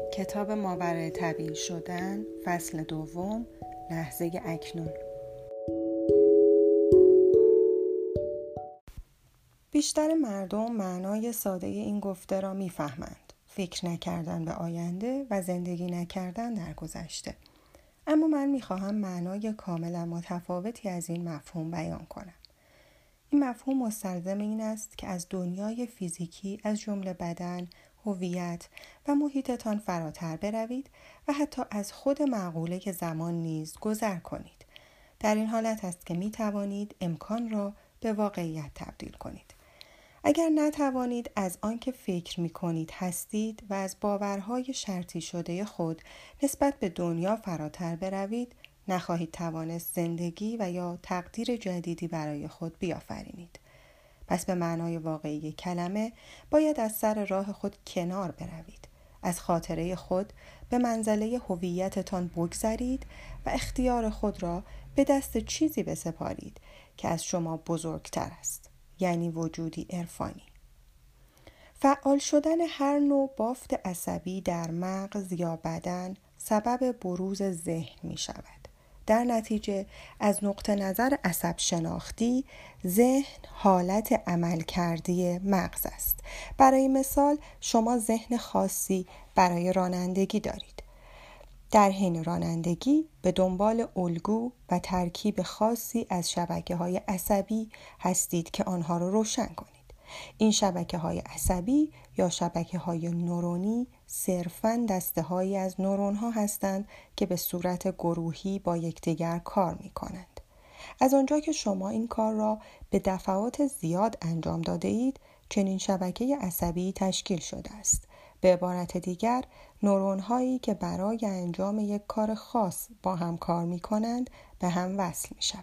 کتاب ماورای طبیعی شدن، فصل دوم، لحظه اکنون. بیشتر مردم معنای ساده این گفته را میفهمند: فکر نکردن به آینده و زندگی نکردن در گذشته. اما من میخواهم معنای کاملا متفاوتی از این مفهوم بیان کنم. این مفهوم مستلزم این است که از دنیای فیزیکی از جمله بدن، هویت و محیطتان فراتر بروید و حتی از خود معقوله زمان نیز گذر کنید. در این حالت است که می توانید امکان را به واقعیت تبدیل کنید. اگر نتوانید از آنکه فکر می کنید هستید و از باورهای شرطی شده خود نسبت به دنیا فراتر بروید، نخواهید توانست زندگی و یا تقدیر جدیدی برای خود بیافرینید. پس به معنای واقعی کلمه باید از سر راه خود کنار بروید. از خاطره خود به منزله هویتتان بگذرید و اختیار خود را به دست چیزی بسپارید که از شما بزرگتر است، یعنی وجودی عرفانی. فعال شدن هر نوع بافت عصبی در مغز یا بدن سبب بروز ذهن می شود. در نتیجه از نقطه نظر عصب شناختی، ذهن حالت عملکردی مغز است. برای مثال شما ذهن خاصی برای رانندگی دارید. در حین رانندگی به دنبال الگو و ترکیب خاصی از شبکه‌های عصبی هستید که آنها را روشن کنید. این شبکه‌های عصبی یا شبکه‌های نورونی صرفاً دسته‌هایی از نورون‌ها هستند که به صورت گروهی با یکدیگر کار می‌کنند. از آنجا که شما این کار را به دفعات زیاد انجام داده اید، چنین شبکه عصبی تشکیل شده است. به عبارت دیگر، نورون‌هایی که برای انجام یک کار خاص با هم کار می‌کنند به هم وصل می‌شوند.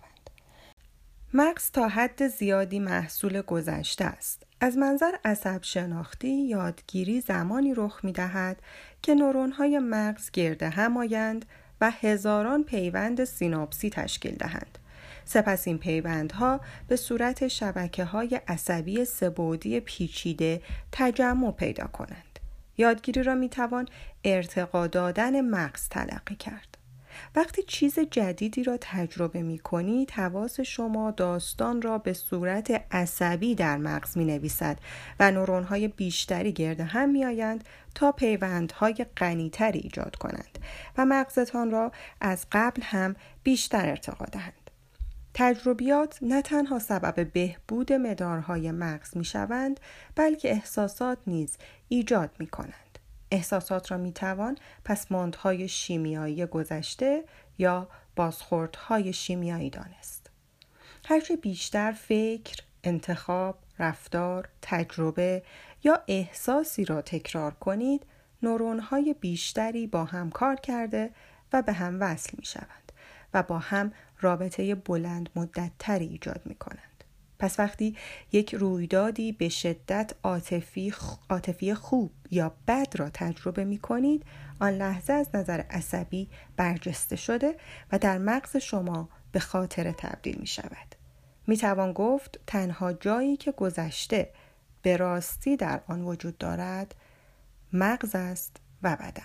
مغز تا حد زیادی محصول گذشته است. از منظر عصب شناختی، یادگیری زمانی رخ می‌دهد که نورون‌های مغز گرد هم آیند و هزاران پیوند سیناپسی تشکیل دهند. سپس این پیوندها به صورت شبکه‌های عصبی سه‌بعدی پیچیده تجمع پیدا کنند. یادگیری را می‌توان ارتقا دادن مغز تلقی کرد. وقتی چیز جدیدی را تجربه می‌کنید، حواس شما داستان را به صورت عصبی در مغز می‌نویسد و نورون‌های بیشتری گرد هم می‌آیند تا پیوندهای غنی‌تری ایجاد کنند و مغزتان را از قبل هم بیشتر ارتقا دهند. تجربیات نه تنها سبب بهبود مدارهای مغز می‌شوند، بلکه احساسات نیز ایجاد می‌کنند. احساسات را میتوان پسماندهای شیمیایی گذشته یا بازخوردهای شیمیایی دانست. هرچه بیشتر فکر، انتخاب، رفتار، تجربه یا احساسی را تکرار کنید، نورون‌های بیشتری با هم کار کرده و به هم وصل میشوند و با هم رابطه بلند مدت‌تری ایجاد میکنند. پس وقتی یک رویدادی به شدت عاطفی خوب یا بد را تجربه می کنید، آن لحظه از نظر عصبی برجسته شده و در مغز شما به خاطره تبدیل می شود. می توان گفت تنها جایی که گذشته به راستی در آن وجود دارد مغز است و بدن.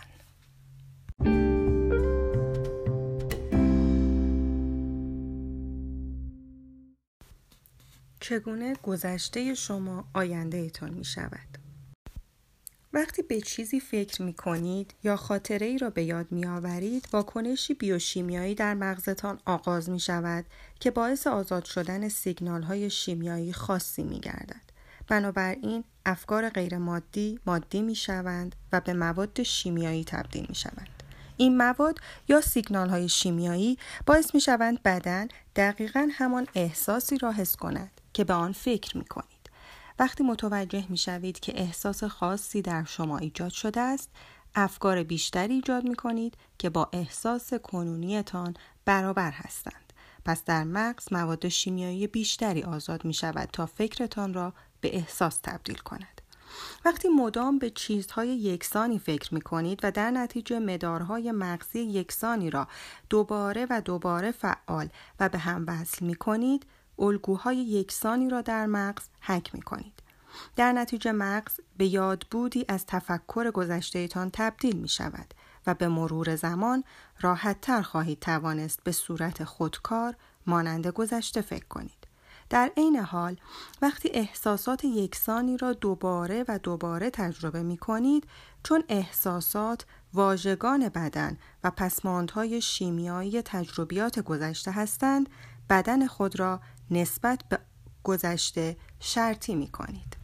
چگونه گذشته شما آینده ایتان می شود؟ وقتی به چیزی فکر می کنید یا خاطره ای را به یاد می آورید، واکنشی بیوشیمیایی در مغزتان آغاز می شود که باعث آزاد شدن سیگنال های شیمیایی خاصی می گردد. بنابراین افکار غیر مادی می شوند و به مواد شیمیایی تبدیل می شوند. این مواد یا سیگنال های شیمیایی باعث می شوند بدن دقیقاً همان احساسی را حس کند که به آن فکر می کنید. وقتی متوجه می شوید که احساس خاصی در شما ایجاد شده است، افکار بیشتری ایجاد می کنید که با احساس کنونیتان برابر هستند. پس در مغز مواد شیمیایی بیشتری آزاد می شود تا فکرتان را به احساس تبدیل کند. وقتی مدام به چیزهای یکسانی فکر می کنید و در نتیجه مدارهای مغزی یکسانی را دوباره و دوباره فعال و به هم وصل می کنید، الگوهای یکسانی را در مغز حک می کنید. در نتیجه مغز به یادبودی از تفکر گذشته‌تان تبدیل می شود و به مرور زمان راحت‌تر خواهید توانست به صورت خودکار مانند گذشته فکر کنید. در عین حال وقتی احساسات یکسانی را دوباره و دوباره تجربه می کنید، چون احساسات واژگان بدن و پسماندهای شیمیایی تجربیات گذشته هستند، بدن خود را نسبت به گذشته شرطی می کنید.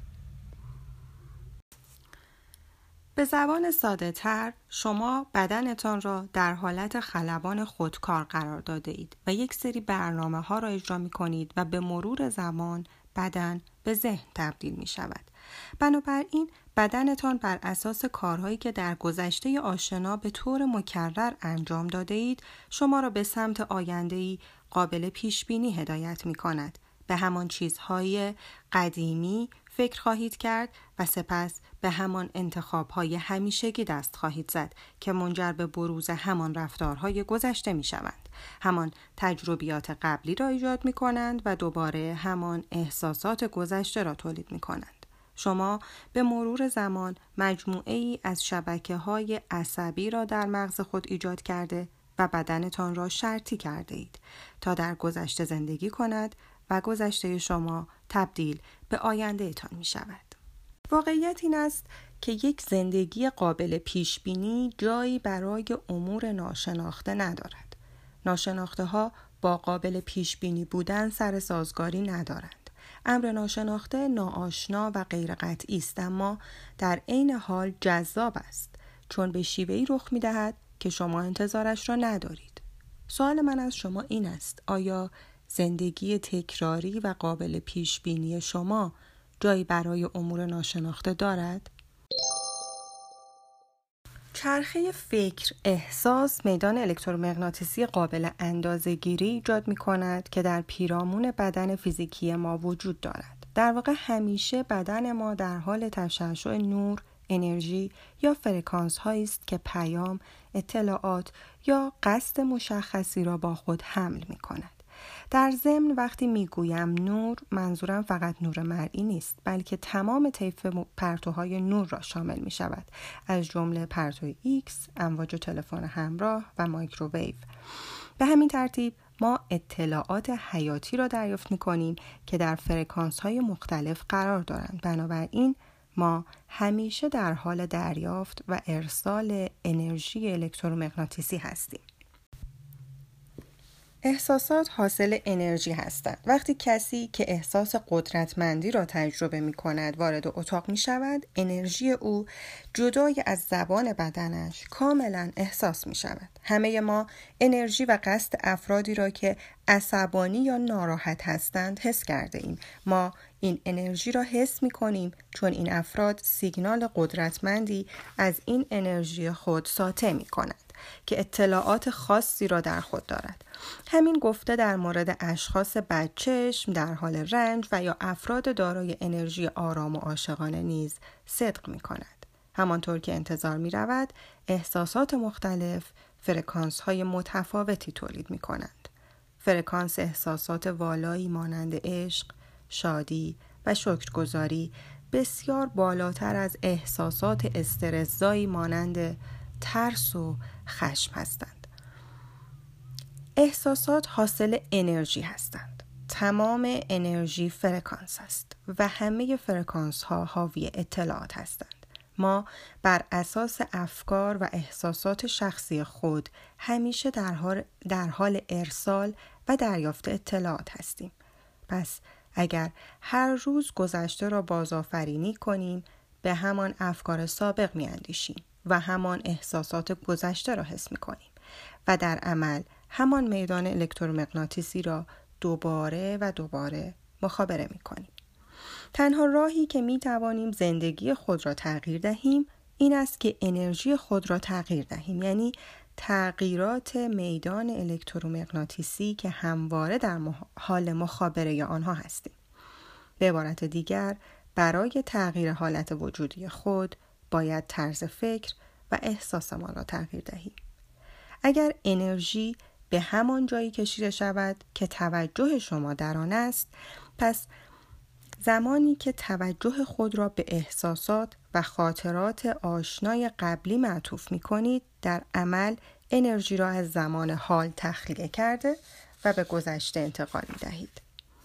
به زبان ساده تر، شما بدنتان را در حالت خلبان خودکار قرار داده اید و یک سری برنامه ها را اجرا می کنید و به مرور زمان بدن به ذهن تبدیل می شود. بنابراین بدنتان بر اساس کارهایی که در گذشته آشنا به طور مکرر انجام داده اید، شما را به سمت آینده‌ای قابل پیش بینی هدایت می کند. به همان چیزهای قدیمی فکر خواهید کرد و سپس به همان انتخاب‌های همیشگی دست خواهید زد که منجر به بروز همان رفتارهای گذشته می‌شوند. همان تجربیات قبلی را ایجاد می‌کنند و دوباره همان احساسات گذشته را تولید می‌کنند. شما به مرور زمان مجموعه‌ای از شبکه‌های عصبی را در مغز خود ایجاد کرده و بدنتان را شرطی کرده اید تا در گذشته زندگی کند و گذشته شما تبدیل به آینده تان می شود. واقعیت این است که یک زندگی قابل پیش بینی جایی برای امور ناشناخته ندارد. ناشناخته ها با قابل پیش بینی بودن سر سازگاری ندارند. امر ناشناخته ناآشنا و غیر قطعی است، اما در عین حال جذاب است، چون به شیوهی رخ می دهد که شما انتظارش را ندارید. سوال من از شما این است: آیا زندگی تکراری و قابل پیش بینی شما جایی برای امور ناشناخته دارد؟ چرخه فکر، احساس، میدان الکترومغناطیسی قابل اندازه‌گیری ایجاد می‌کند که در پیرامون بدن فیزیکی ما وجود دارد. در واقع همیشه بدن ما در حال تشعشع نور، انرژی یا فرکانس هایی است که پیام، اطلاعات یا قصد مشخصی را با خود حمل می‌کند. در ضمن وقتی میگویم نور، منظورم فقط نور مرئی نیست، بلکه تمام طیف پرتوهای نور را شامل می شود، از جمله پرتو ایکس، امواج تلفن همراه و مایکروویو. به همین ترتیب ما اطلاعات حیاتی را دریافت می کنیم که در فرکانس های مختلف قرار دارند. بنابراین ما همیشه در حال دریافت و ارسال انرژی الکترومغناطیسی هستیم. احساسات حاصل انرژی هستند. وقتی کسی که احساس قدرتمندی را تجربه می کند وارد اتاق می شود، انرژی او جدای از زبان بدنش کاملا احساس می شود. همه ما انرژی و قصد افرادی را که عصبانی یا ناراحت هستند حس کرده ایم. ما این انرژی را حس می کنیم چون این افراد سیگنال قدرتمندی از این انرژی خود ساطع می کنند که اطلاعات خاصی را در خود دارد. همین گفته در مورد اشخاص بدچشم، در حال رنج و یا افراد دارای انرژی آرام و عاشقانه نیز صدق می کند. همانطور که انتظار می رود، احساسات مختلف فرکانس های متفاوتی تولید می کنند. فرکانس احساسات والایی مانند عشق، شادی و شکرگزاری بسیار بالاتر از احساسات استرس‌زایی مانند ترس و خشم هستند. احساسات حاصل انرژی هستند. تمام انرژی فرکانس است و همه فرکانس ها حاوی اطلاعات هستند. ما بر اساس افکار و احساسات شخصی خود همیشه در حال ارسال و دریافت اطلاعات هستیم. پس اگر هر روز گذشته را بازآفرینی کنیم، به همان افکار سابق می اندیشیم و همان احساسات گذشته را حس می کنیم و در عمل همان میدان الکترومغناطیسی را دوباره و دوباره مخابره می کنیم. تنها راهی که می توانیم زندگی خود را تغییر دهیم این است که انرژی خود را تغییر دهیم، یعنی تغییرات میدان الکترومغناطیسی که همواره در حال مخابره آنها هستیم. به عبارت دیگر، برای تغییر حالت وجودی خود باید طرز فکر و احساسمان را تغییر دهیم. اگر انرژی به همان جایی کشیده شود که توجه شما در آن است، پس زمانی که توجه خود را به احساسات و خاطرات آشنای قبلی معطوف می کنید، در عمل انرژی را از زمان حال تخلیه کرده و به گذشته انتقال می دهید.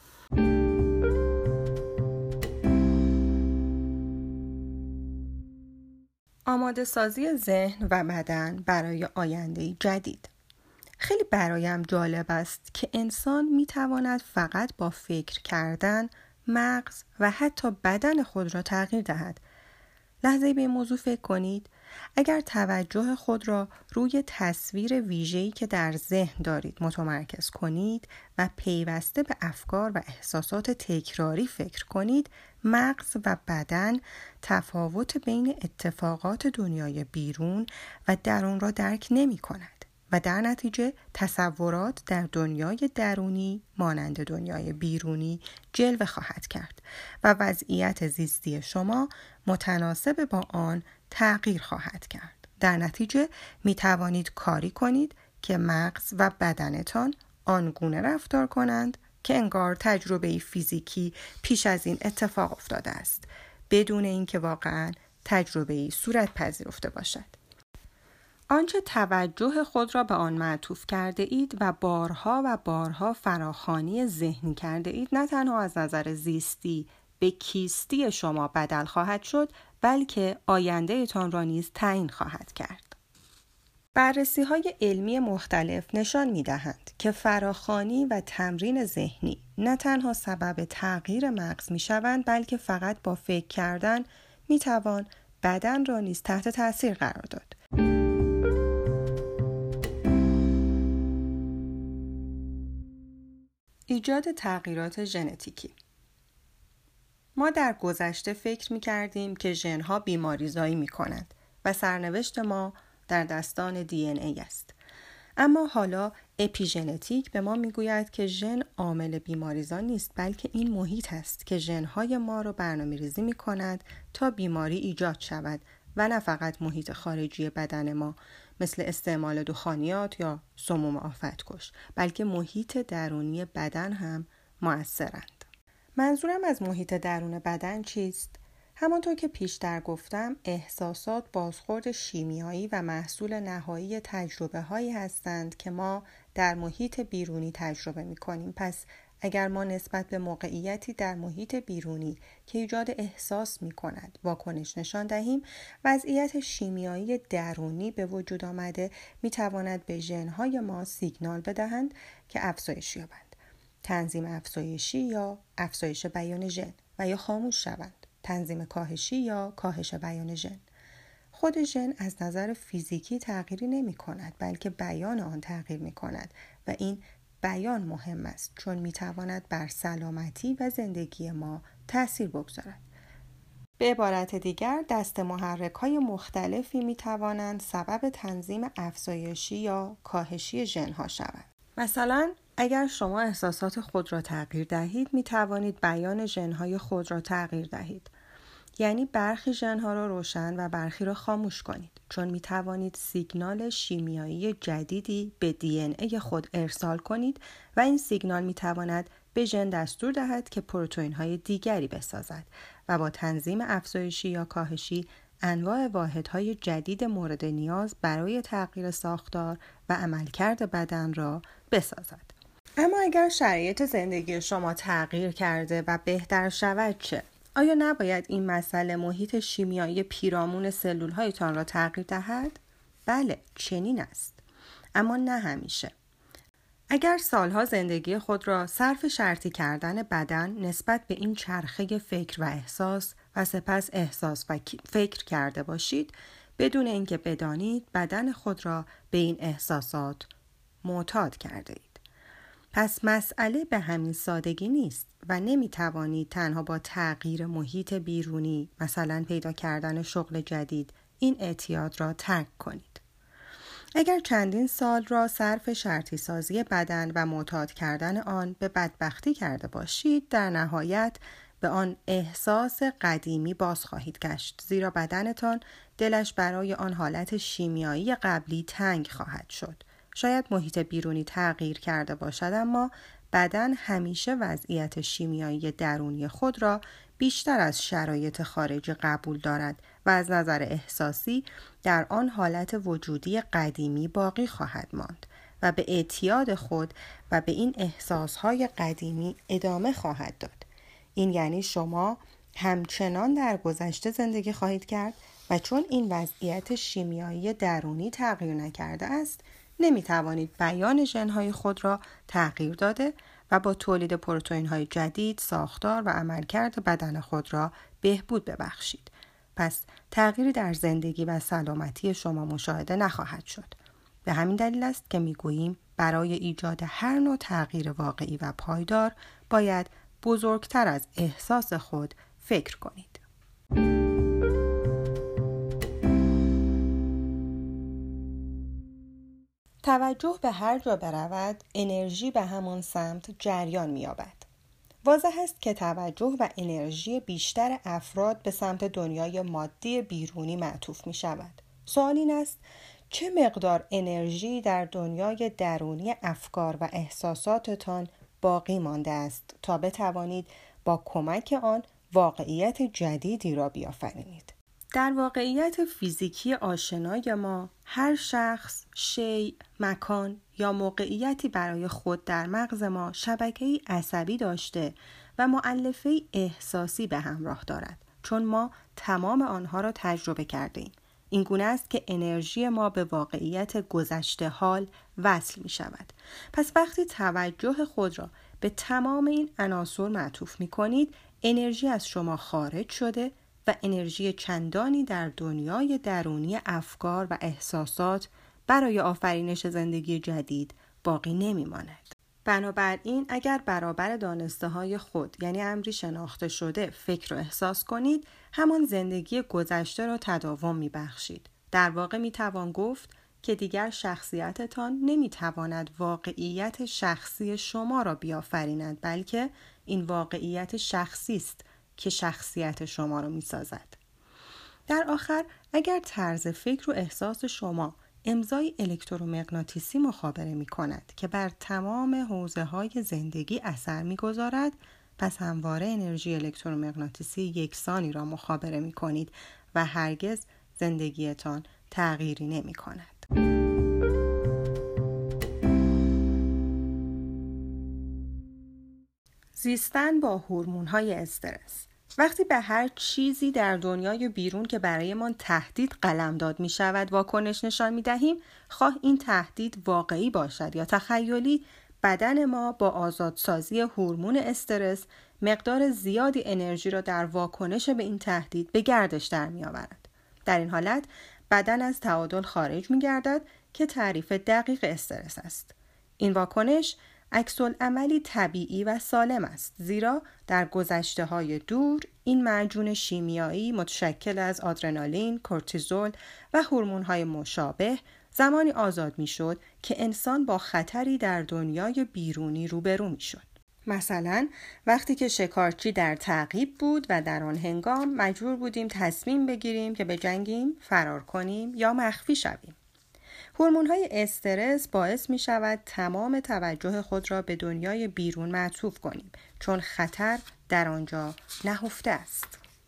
آماده سازی ذهن و بدن برای آینده جدید. خیلی برایم جالب است که انسان می تواند فقط با فکر کردن مغز و حتی بدن خود را تغییر دهد. لحظه به این موضوع فکر کنید. اگر توجه خود را روی تصویر ویژه‌ای که در ذهن دارید متمرکز کنید و پیوسته به افکار و احساسات تکراری فکر کنید، مغز و بدن تفاوت بین اتفاقات دنیای بیرون و درون را درک نمی کند و در نتیجه تصورات در دنیای درونی مانند دنیای بیرونی جلوه خواهد کرد و وضعیت زیستی شما متناسب با آن تغییر خواهد کرد. در نتیجه می توانید کاری کنید که مغز و بدنتان آنگونه رفتار کنند که انگار تجربه فیزیکی پیش از این اتفاق افتاده است، بدون اینکه واقعاً تجربه‌ای صورت پذیرفته باشد. آنچه توجه خود را به آن معطوف کرده اید و بارها فراخوانی ذهنی کرده اید، نه تنها از نظر زیستی به کیستی شما بدل خواهد شد، بلکه آینده ایتان را نیز تعیین خواهد کرد. بررسی‌های علمی مختلف نشان می‌دهند که فراخوانی و تمرین ذهنی نه تنها سبب تغییر مغز می‌شوند، بلکه فقط با فکر کردن می‌توان بدن را نیز تحت تأثیر قرار داد. ایجاد تغییرات ژنتیکی. ما در گذشته فکر می‌کردیم که ژن‌ها بیماریزایی می‌کنند و سرنوشت ما در دستان DNA است. اما حالا اپیژنتیک به ما میگوید که ژن عامل بیماریزا نیست، بلکه این محیط است که ژن‌های ما را برنامه‌ریزی می‌کند تا بیماری ایجاد شود و نه فقط محیط خارجی بدن ما مثل استعمال دخانیات یا سموم آفت‌کش، بلکه محیط درونی بدن هم مؤثرند. منظورم از محیط درون بدن چیست؟ همانطور که پیشتر گفتم، احساسات بازخورد شیمیایی و محصول نهایی تجربه هایی هستند که ما در محیط بیرونی تجربه می کنیم. پس اگر ما نسبت به موقعیتی در محیط بیرونی که ایجاد احساس می کند واکنش نشان دهیم، وضعیت شیمیایی درونی به وجود آمده می تواند به ژن‌های ما سیگنال بدهند که افزایش یابند، تنظیم افزایشی یا افزایش بیان ژن، و یا خاموش شوند، تنظیم کاهشی یا کاهش بیان ژن. خود ژن از نظر فیزیکی تغییری نمی کند، بلکه بیان آن تغییر می کند و این بیان مهم است چون می تواند بر سلامتی و زندگی ما تأثیر بگذارد. به عبارت دیگر، دست محرک‌های مختلفی می توانند سبب تنظیم افزایشی یا کاهشی ژن‌ها شوند. مثلا اگر شما احساسات خود را تغییر دهید، می توانید بیان ژن‌های خود را تغییر دهید. یعنی برخی ژن‌ها را روشن و برخی را خاموش کنید، چون می توانید سیگنال شیمیایی جدیدی به DNA خود ارسال کنید و این سیگنال می تواند به ژن دستور دهد که پروتئین‌های دیگری بسازد و با تنظیم افزایشی یا کاهشی انواع واحدهای جدید مورد نیاز برای تغییر ساختار و عملکرد بدن را بسازد. اما اگر شرایط زندگی شما تغییر کرده و بهتر شود چه؟ آیا نباید این مسئله محیط شیمیایی پیرامون سلول‌هایتان را تغییر دهد؟ بله، چنین است. اما نه همیشه. اگر سالها زندگی خود را صرف شرطی کردن بدن نسبت به این چرخه فکر و احساس و سپس احساس و فکر کرده باشید، بدون اینکه بدانید بدن خود را به این احساسات معتاد کرده اید. پس مسئله به همین سادگی نیست و نمی توانید تنها با تغییر محیط بیرونی، مثلا پیدا کردن شغل جدید، این اعتیاد را ترک کنید. اگر چندین سال را صرف شرطی سازی بدن و معتاد کردن آن به بدبختی کرده باشید، در نهایت به آن احساس قدیمی باز خواهید گشت، زیرا بدنتان دلش برای آن حالت شیمیایی قبلی تنگ خواهد شد. شاید محیط بیرونی تغییر کرده باشد، اما بدن همیشه وضعیت شیمیایی درونی خود را بیشتر از شرایط خارجی قبول دارد و از نظر احساسی در آن حالت وجودی قدیمی باقی خواهد ماند و به اعتیاد خود و به این احساسهای قدیمی ادامه خواهد داد. این یعنی شما همچنان در گذشته زندگی خواهید کرد و چون این وضعیت شیمیایی درونی تغییر نکرده است، نمیتوانید بیان ژن‌های خود را تغییر داده و با تولید پروتئین‌های جدید ساختار و عملکرد بدن خود را بهبود ببخشید. پس تغییری در زندگی و سلامتی شما مشاهده نخواهد شد. به همین دلیل است که میگوییم برای ایجاد هر نوع تغییر واقعی و پایدار باید بزرگتر از احساس خود فکر کنید. توجه به هر جا برود، انرژی به همان سمت جریان می‌یابد. واضح است که توجه و انرژی بیشتر افراد به سمت دنیای مادی بیرونی معطوف می‌شود. سوال این است چه مقدار انرژی در دنیای درونی افکار و احساساتتان باقی مانده است تا بتوانید با کمک آن واقعیت جدیدی را بیافرینید. در واقعیت فیزیکی آشنای ما، هر شخص، شیء، مکان یا موقعیتی برای خود در مغز ما شبکه‌ای عصبی داشته و مؤلفه‌ای احساسی به همراه دارد، چون ما تمام آنها را تجربه کردیم. این گونه است که انرژی ما به واقعیت گذشته حال وصل می شود. پس وقتی توجه خود را به تمام این عناصر معطوف می کنید، انرژی از شما خارج شده و انرژی چندانی در دنیای درونی افکار و احساسات برای آفرینش زندگی جدید باقی نمی ماند. بنابراین اگر برابر دانسته های خود، یعنی امری شناخته شده، فکر و احساس کنید، همان زندگی گذشته را تداوم می بخشید. در واقع می توان گفت که دیگر شخصیتتان نمی تواند واقعیت شخصی شما را بیافریند، بلکه این واقعیت شخصی است که شخصیت شما را می سازد. در آخر اگر طرز فکر و احساس شما امضای الکترومغناطیسی مخابره می کند که بر تمام حوزه‌های زندگی اثر می گذارد، پس همواره انرژی الکترومغناطیسی یکسانی را مخابره می کنید و هرگز زندگیتان تغییری نمی کند. زیستن با هورمون‌های استرس. وقتی به هر چیزی در دنیای بیرون که برایمان تهدید قلمداد می شود واکنش نشان می دهیم، خواه این تهدید واقعی باشد یا تخیلی، بدن ما با آزادسازی هورمون استرس مقدار زیادی انرژی را در واکنش به این تهدید به گردش در می آورد. در این حالت بدن از تعادل خارج می گردد که تعریف دقیق استرس است. این واکنش عکس‌العملی طبیعی و سالم است، زیرا در گذشته‌های دور این معجون شیمیایی متشکل از آدرنالین، کورتیزول و هورمون‌های مشابه زمانی آزاد می‌شد که انسان با خطری در دنیای بیرونی روبرو می‌شد. مثلا وقتی که شکارچی در تعقیب بود و در آن هنگام مجبور بودیم تصمیم بگیریم که بجنگیم، فرار کنیم یا مخفی شویم. هورمون‌های استرس باعث می شود تمام توجه خود را به دنیای بیرون معطوف کنیم، چون خطر در آنجا نهفته است.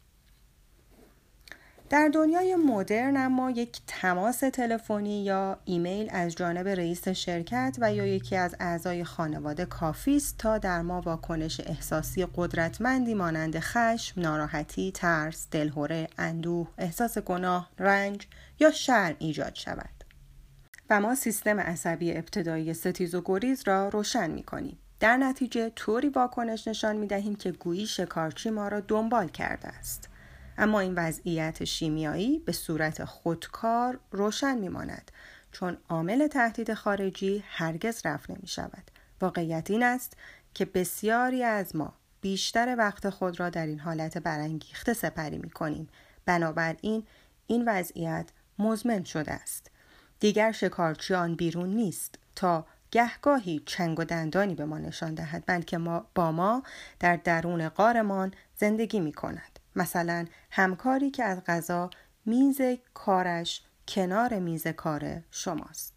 در دنیای مدرن اما یک تماس تلفنی یا ایمیل از جانب رئیس شرکت و یا یکی از اعضای خانواده کافی است تا در ما واکنش احساسی قدرتمندی مانند خشم، ناراحتی، ترس، دلهره، اندوه، احساس گناه، رنج یا شرم ایجاد شود. و ما سیستم عصبی ابتدایی ستیز و گریز را روشن می‌کنیم. در نتیجه طوری واکنش نشان می‌دهیم که گویی شکارچی ما را دنبال کرده است. اما این وضعیت شیمیایی به صورت خودکار روشن می‌ماند، چون عامل تهدید خارجی هرگز رفع نمی‌شود. واقعیت این است که بسیاری از ما بیشتر وقت خود را در این حالت برانگیخته سپری می‌کنیم. بنابراین این وضعیت مزمن شده است. دیگر شکارچی آن بیرون نیست تا گهگاهی چنگ و دندانی به ما نشان دهد، بلکه با ما در درون غارمان زندگی می کند. مثلا همکاری که از قضا میز کارش کنار میز کار شماست.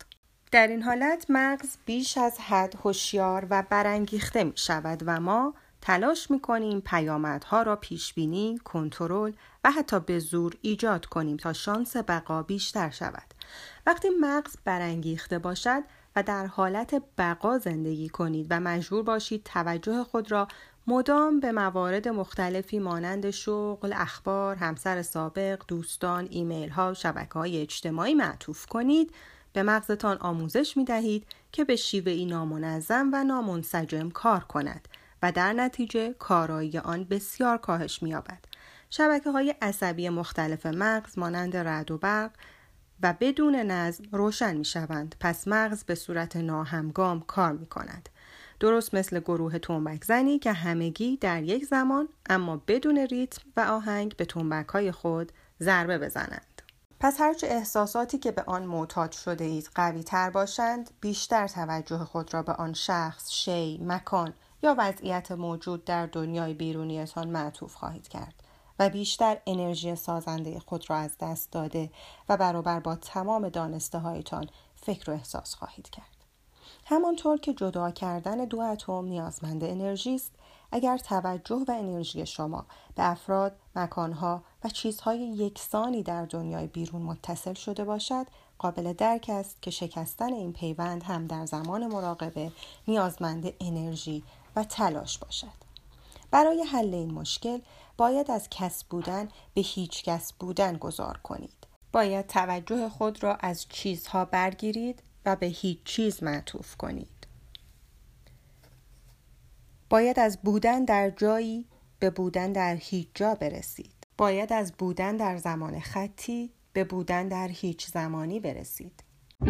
در این حالت مغز بیش از حد هوشیار و برانگیخته می شود و ما تلاش می کنیم پیامدها را پیش بینی، کنترل و حتی به زور ایجاد کنیم تا شانس بقا بیشتر شود. وقتی مغز برانگیخته باشد و در حالت بقا زندگی کنید و مجبور باشید توجه خود را مدام به موارد مختلفی مانند شغل، اخبار، همسر سابق، دوستان، ایمیل ها، شبکه‌های اجتماعی معطوف کنید، به مغزتان آموزش می دهید که به شیوهی نامنظم و نامنسجم کار کند و در نتیجه کارایی آن بسیار کاهش می یابد. شبکه‌های عصبی مختلف مغز مانند رعد و برق و بدون نظم روشن می شوند. پس مغز به صورت ناهمگام کار می کند. درست مثل گروه تنبک زنی که همگی در یک زمان اما بدون ریتم و آهنگ به تنبک‌های خود ضربه بزنند. پس هرچه احساساتی که به آن معتاد شده اید قوی تر باشند، بیشتر توجه خود را به آن شخص، شی، مکان یا وضعیت موجود در دنیای بیرونیتان معطوف خواهید کرد و بیشتر انرژی سازنده خود را از دست داده و برابر با تمام دانسته هایتان فکر و احساس خواهید کرد. همانطور که جدا کردن دو اتم نیازمند انرژی است، اگر توجه و انرژی شما به افراد، مکانها و چیزهای یکسانی در دنیای بیرون متصل شده باشد، قابل درک است که شکستن این پیوند هم در زمان مراقبه نیازمند انرژی و تلاش باشد. برای حل این مشکل باید از کس بودن به هیچ کس بودن گذار کنید. باید توجه خود را از چیزها برگیرید و به هیچ چیز معطوف کنید. باید از بودن در جایی به بودن در هیچ جا برسید. باید از بودن در زمان خطی به بودن در هیچ زمانی برسید.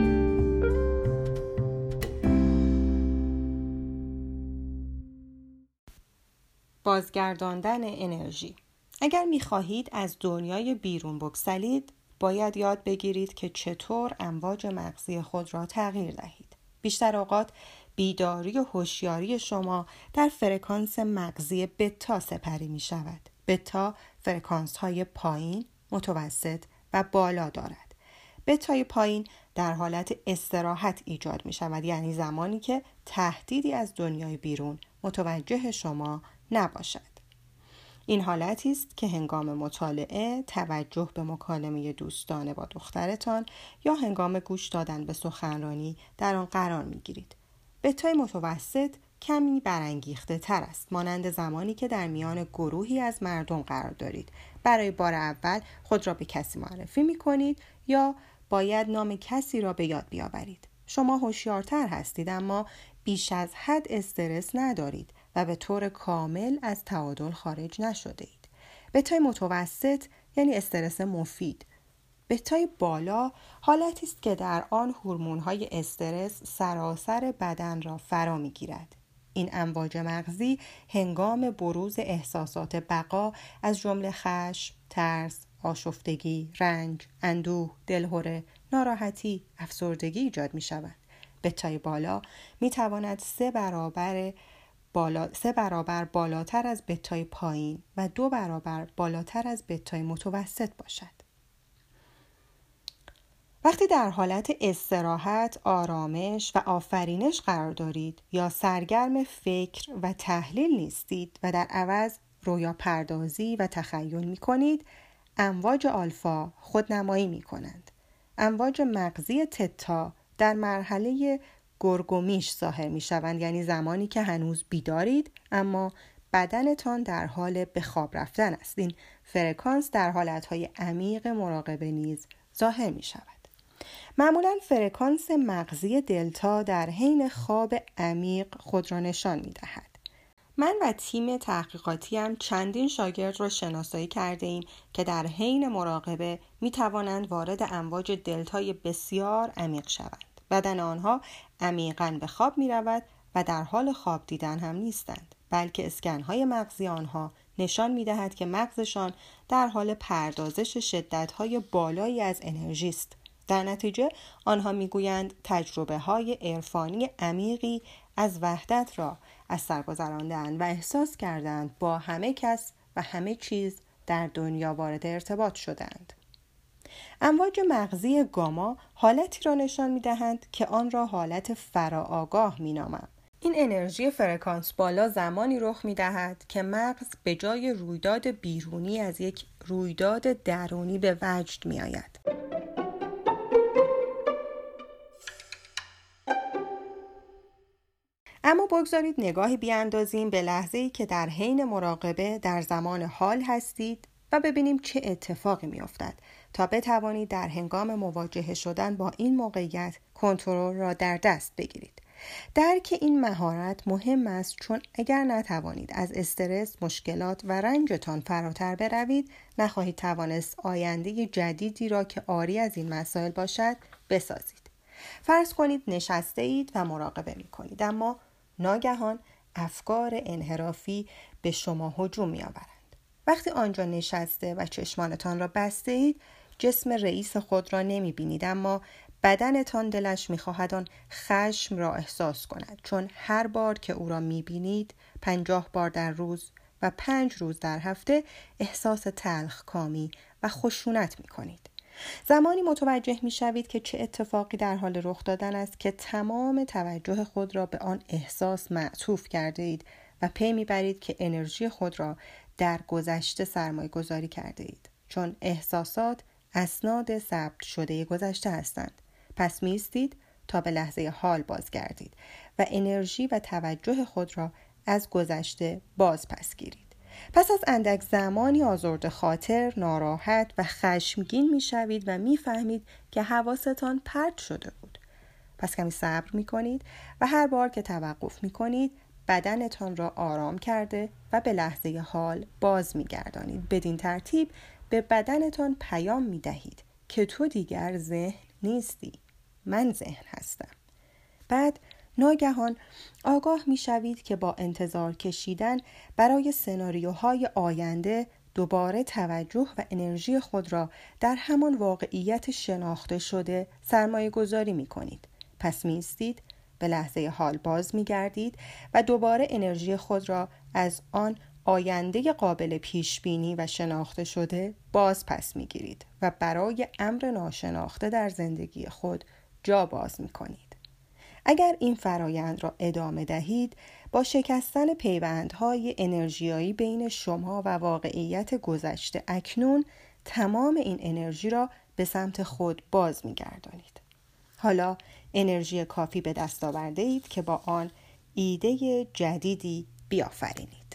بازگرداندن انرژی. اگر می‌خواهید از دنیای بیرون بگسلید، باید یاد بگیرید که چطور امواج مغزی خود را تغییر دهید. بیشتر اوقات بیداری و هوشیاری شما در فرکانس مغزی بتا سپری می شود. بتا فرکانس های پایین، متوسط و بالا دارد. بتای پایین در حالت استراحت ایجاد می شود، یعنی زمانی که تهدیدی از دنیای بیرون متوجه شما نباشد. این حالتی است که هنگام مطالعه، توجه به مکالمه دوستانه با دخترتان یا هنگام گوش دادن به سخنرانی در آن قرار می‌گیرید. بتای متوسط کمی برانگیخته تر است، مانند زمانی که در میان گروهی از مردم قرار دارید. برای بار اول خود را به کسی معرفی می‌کنید یا باید نام کسی را به یاد بیاورید. شما هوشیارتر هستید اما بیش از حد استرس ندارید و به طور کامل از تعادل خارج نشده اید. بتای متوسط یعنی استرس مفید. بتای بالا حالتی است که در آن هورمون‌های استرس سراسر بدن را فرا می‌گیرد. این امواج مغزی هنگام بروز احساسات بقا از جمله خشم، ترس، آشفتگی، رنج، اندوه، دلهره، ناراحتی، افسردگی ایجاد می‌شوند. بتای بالا می‌تواند 3 برابر بالاتر از بتای پایین و 2 برابر بالاتر از بتای متوسط باشد. وقتی در حالت استراحت، آرامش و آفرینش قرار دارید یا سرگرم فکر و تحلیل نیستید و در عوض رویا پردازی و تخیل می کنید، امواج آلفا خودنمایی می کنند. امواج مغزی تتا در مرحله گرگومیش ظاهر می شوند، یعنی زمانی که هنوز بیدارید اما بدنتان در حال به خواب رفتن است. این فرکانس در حالتهای عمیق مراقبه نیز ظاهر می شود. معمولاً فرکانس مغزی دلتا در حین خواب عمیق خود را نشان می دهد. من و تیم تحقیقاتیم چندین شاگرد را شناسایی کرده ایم که در حین مراقبه می توانند وارد امواج دلتای بسیار عمیق شوند. بدن آنها عمیقاً به خواب می رود و در حال خواب دیدن هم نیستند، بلکه اسکن‌های مغزی آنها نشان می دهد که مغزشان در حال پردازش شدت‌های بالایی از انرژی است. در نتیجه آنها میگویند تجربه‌های عرفانی عمیقی از وحدت را از سر گذراندند و احساس کردند با همه کس و همه چیز در دنیا وارد ارتباط شدند. امواج مغزی گاما حالتی را نشان می‌دهند که آن را حالت فراآگاه می‌نامم. این انرژی فرکانس بالا زمانی رخ می‌دهد که مغز به جای رویداد بیرونی از یک رویداد درونی به وجد می‌آید. اما بگذارید نگاهی بیاندازیم به لحظه‌ای که در حین مراقبه در زمان حال هستید و ببینیم چه اتفاقی می‌افتد تا بتوانید در هنگام مواجه شدن با این موقعیت کنترل را در دست بگیرید. درک این مهارت مهم است، چون اگر نتوانید از استرس، مشکلات و رنجتان فراتر بروید، نخواهید توانست آینده جدیدی را که عاری از این مسائل باشد بسازید. فرض کنید نشسته اید و مراقبه می کنید، اما ناگهان افکار انحرافی به شما هجوم می آورند. وقتی آنجا نشسته و چشمانتان را بسته اید، جسم رئیس خود را نمی بینید، اما بدنتان دلش می خواهد آن خشم را احساس کند، چون هر بار که او را می بینید 50 بار در روز و 5 روز در هفته احساس تلخ کامی و خشونت می کنید. زمانی متوجه می شوید که چه اتفاقی در حال رخ دادن است که تمام توجه خود را به آن احساس معطوف کرده اید و پی می برید که انرژی خود را در گذشته سرمایه گذاری کرده اید، چون احساسات اسناد ثبت شده گذشته هستند. پس می ایستید تا به لحظه حال بازگردید و انرژی و توجه خود را از گذشته باز پس گیرید. پس از اندک زمانی آزرده خاطر، ناراحت و خشمگین می شوید و می فهمید که حواستان پرت شده بود. پس کمی صبر می کنید و هر بار که توقف می کنید بدنتان را آرام کرده و به لحظه حال باز می گردانید. بدین ترتیب به بدنتان پیام می دهید که تو دیگر ذهن نیستی، من ذهن هستم. بعد ناگهان آگاه می شوید که با انتظار کشیدن برای سناریوهای آینده دوباره توجه و انرژی خود را در همان واقعیت شناخته شده سرمایه گذاری می کنید. پس می ایستید، به لحظه حال باز می گردید و دوباره انرژی خود را از آن آینده قابل پیش بینی و شناخته شده باز پس می گیرید و برای امر ناشناخته در زندگی خود جا باز می کنید. اگر این فرایند را ادامه دهید، با شکستن پیوندهای انرژیایی بین شما و واقعیت گذشته اکنون تمام این انرژی را به سمت خود باز می گردانید. حالا انرژی کافی به دست آورده اید که با آن ایده جدیدی بیافرینید.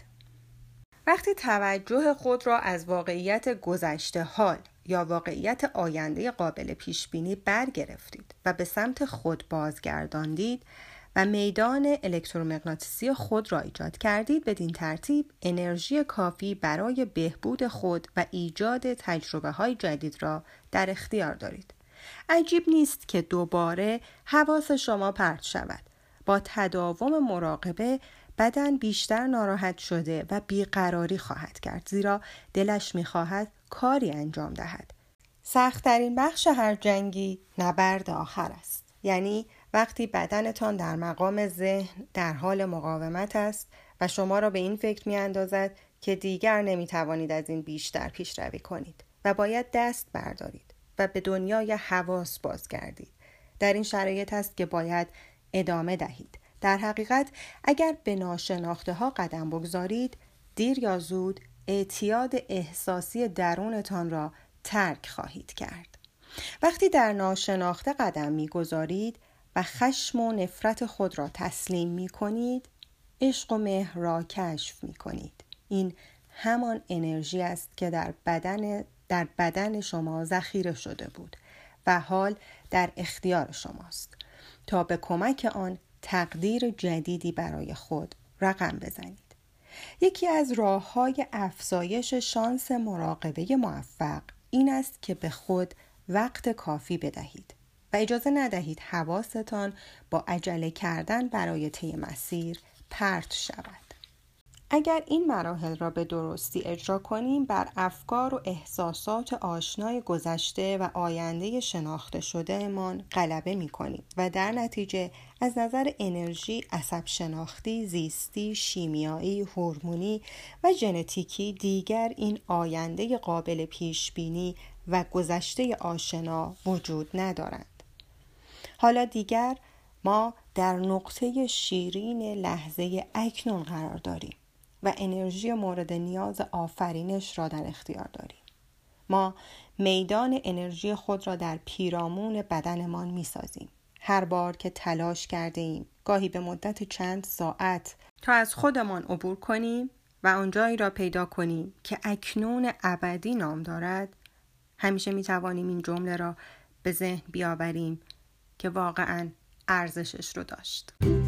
وقتی توجه خود را از واقعیت گذشته حال یا واقعیت آینده قابل پیش بینی برگرفتید و به سمت خود بازگرداندید و میدان الکترومغناطیسی خود را ایجاد کردید، بدین ترتیب انرژی کافی برای بهبود خود و ایجاد تجربه‌های جدید را در اختیار دارید. عجیب نیست که دوباره حواس شما پرت شود. با تداوم مراقبه بدن بیشتر ناراحت شده و بیقراری خواهد کرد، زیرا دلش می‌خواهد کاری انجام دهد. سخت‌ترین بخش هر جنگی نبرد آخر است. یعنی وقتی بدنتان در مقام ذهن در حال مقاومت است و شما را به این فکر می‌اندازد که دیگر نمی‌توانید از این بیشتر پیشروی کنید و باید دست بردارید و به دنیای حواس بازگردید. در این شرایط است که باید ادامه دهید. در حقیقت اگر به ناشناخته ها قدم بگذارید، دیر یا زود اعتیاد احساسی درونتان را ترک خواهید کرد. وقتی در ناشناخته قدم می‌گذارید و خشم و نفرت خود را تسلیم می‌کنید، عشق و مهر را کشف می‌کنید. این همان انرژی است که در بدن شما ذخیره شده بود و حال در اختیار شماست تا به کمک آن تقدیر جدیدی برای خود رقم بزنید. یکی از راه‌های افزایش شانس مراقبه موفق این است که به خود وقت کافی بدهید و اجازه ندهید حواستان با عجله کردن برای طی مسیر پرت شود. اگر این مراحل را به درستی اجرا کنیم، بر افکار و احساسات آشنای گذشته و آینده شناخته شدهمان غلبه می‌کنیم و در نتیجه از نظر انرژی، عصب شناختی، زیستی، شیمیایی، هورمونی و ژنتیکی دیگر این آینده قابل پیش بینی و گذشته آشنا وجود ندارند. حالا دیگر ما در نقطه شیرین لحظه اکنون قرار داریم و انرژی مورد نیاز آفرینش را در اختیار داریم. ما میدان انرژی خود را در پیرامون بدنمان می سازیم. هر بار که تلاش کرده ایم، گاهی به مدت چند ساعت، تا از خودمان عبور کنیم و آنجایی را پیدا کنیم که اکنون ابدی نام دارد، همیشه می توانیم این جمله را به ذهن بیاوریم که واقعاً ارزشش رو داشت.